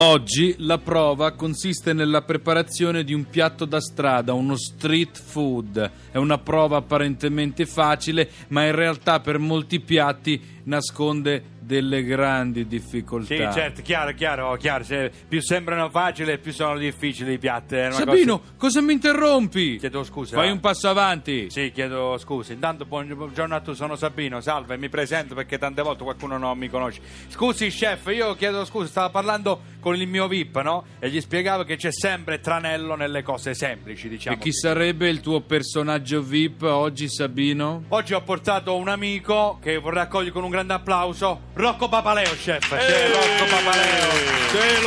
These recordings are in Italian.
Oggi la prova consiste nella preparazione di un piatto da strada, uno street food. È una prova apparentemente facile, ma in realtà per molti piatti nasconde delle grandi difficoltà. Sì, certo, chiaro. Più sembrano facili, più sono difficili i piatti. Sabino, cosa mi interrompi? Chiedo scusa. Fai un passo avanti. Sì, chiedo scusa. Intanto buongiorno a tu, sono Sabino, salve, mi presento perché tante volte qualcuno non mi conosce. Scusi chef, io chiedo scusa, stavo parlando con il mio VIP, no? E gli spiegavo che c'è sempre tranello nelle cose semplici, diciamo. E chi sarebbe il tuo personaggio VIP oggi, Sabino? Oggi ho portato un amico che vorrei accogliere con un grande applauso, Rocco Papaleo, chef. Rocco Papaleo. Sì,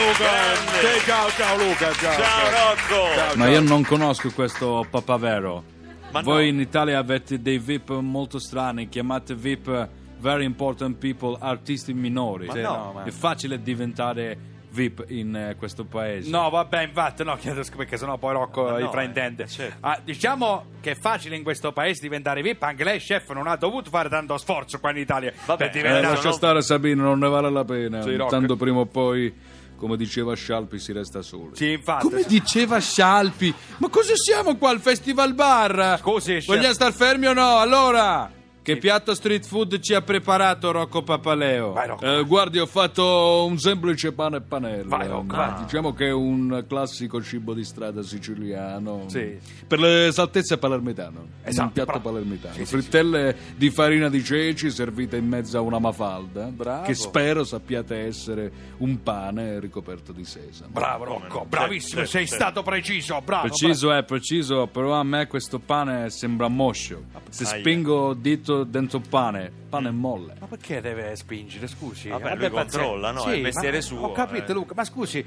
Luca. Ciao Luca. Ciao Rocco. Ciao. Ma io non conosco questo Papavero. Ma Voi no. in Italia avete dei VIP molto strani, chiamate VIP Very Important People, artisti minori. Ma no, È facile diventare VIP in questo paese. No, vabbè, infatti, no, chiedo scusa perché sennò poi Rocco Ma no, fraintende. certo. Diciamo che è facile in questo paese diventare VIP, anche lei, chef, non ha dovuto fare tanto sforzo qua in Italia Vabbè, per diventare... lascia stare Sabino, non ne vale la pena. Sì, Rocco. Tanto prima o poi, come diceva Scialpi, si resta soli. Sì, infatti. Come diceva Scialpi? Ma cosa siamo qua al Festival Bar? Scusi, chef. Vogliamo star fermi o no? Allora, che Sì. piatto street food ci ha preparato Rocco Papaleo? Vai, Rocco. Guardi, ho fatto un semplice pane e panelle. Vai, Rocco, vai. Diciamo che è un classico cibo di strada siciliano. Sì. Per le saltezze palermitano. Esatto, Un piatto bravo. palermitano. Sì, Frittelle di farina di ceci servite in mezzo a una mafalda. Bravo. Che spero sappiate essere un pane ricoperto di sesamo. Bravo, Come Rocco, no? bravissimo, Certo, sei certo. stato preciso, bravo. Preciso, però a me questo pane sembra moscio. Se Aia. spingo il dito dentro il pane è molle. Ma perché deve spingere, scusi? Vabbè, Abbia lui controlla, no? pazienza. È il mestiere ma- suo, Ho capito, eh. Luca, ma scusi,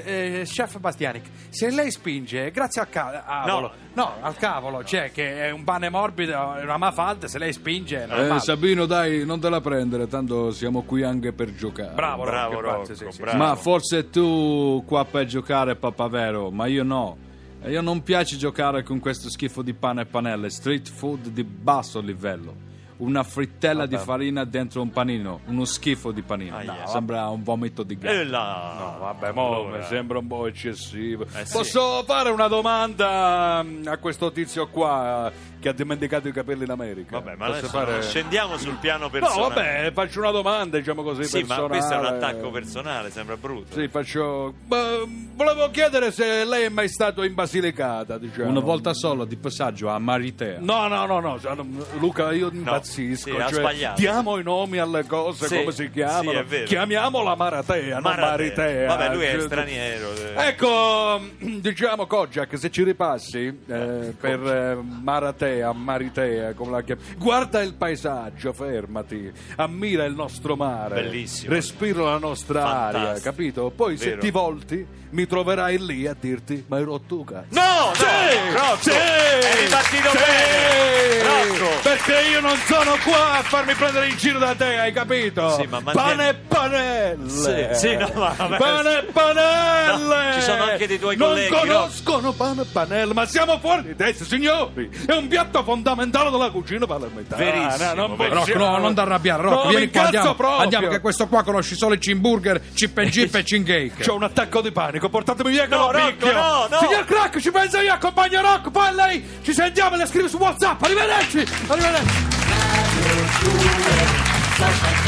chef Bastianic, se lei spinge, grazie al cavolo, no, al cavolo, cioè che è un pane morbido, è una mafalda, se lei spinge è normale. Sabino, dai, non te la prendere, tanto siamo qui anche per giocare. Bravo, Bravo, Rocco, Rocco, sì. bravo. Ma forse tu qua per giocare, Papavero, ma io no. E io non piace giocare con questo schifo di pane e panelle, street food di basso livello. Una frittella di farina dentro un panino, uno schifo di panino. Aia. Sembra un vomito di gatto. No, Vabbè, Mi sembra un po' eccessivo. sì. Posso fare una domanda a questo tizio qua che ha dimenticato i capelli in America? Vabbè, ma Posso adesso scendiamo sul piano No, personale. vabbè, faccio una domanda, diciamo così, Sì, ma personale. questo è un attacco personale, sembra brutto. Sì, faccio... volevo chiedere se lei è mai stato in Basilicata, diciamo. Una volta sola, di passaggio a Maritea. No, Luca, io impazzisco. sì, ha sbagliato. Diamo i nomi alle cose, Sì, come si chiamano. sì, è vero. Chiamiamola Maratea, non Maritea. Vabbè, lui è Cioè, straniero. Ecco, diciamo Kojak, se ci ripassi per Maritea, come la chiami. Guarda il paesaggio, fermati, ammira il nostro mare, Bellissimo. respira la nostra aria, Fantastico. capito? Poi se Vero. ti volti mi troverai lì a dirti ma hai rotto un cazzo. No, Rocco, hai ripartito bene. Rocco. Perché io non sono qua a farmi prendere in giro da te, hai capito? Sì, ma pane e panelle. Sì, no, ma vabbè. Pane e panelle. No, ci sono anche dei tuoi non colleghi, conoscono pane e panelle, ma siamo fuori di testa, signori. È un piatto fondamentale della cucina palermitana. Verissimo, Non verissimo. possiamo- Rocco, non ti arrabbiare, Rocco, No, vieni mi qua, incazzo proprio. andiamo che questo qua conosci solo i cheeseburger, chip and chip e cingake. C'ho un attacco di panico, portatemi via che No, lo Rocco, picchio. no. Signor Crack, ci penso io, accompagno Rocco, poi lei ci sentiamo e le scrivi su WhatsApp. Arrivederci.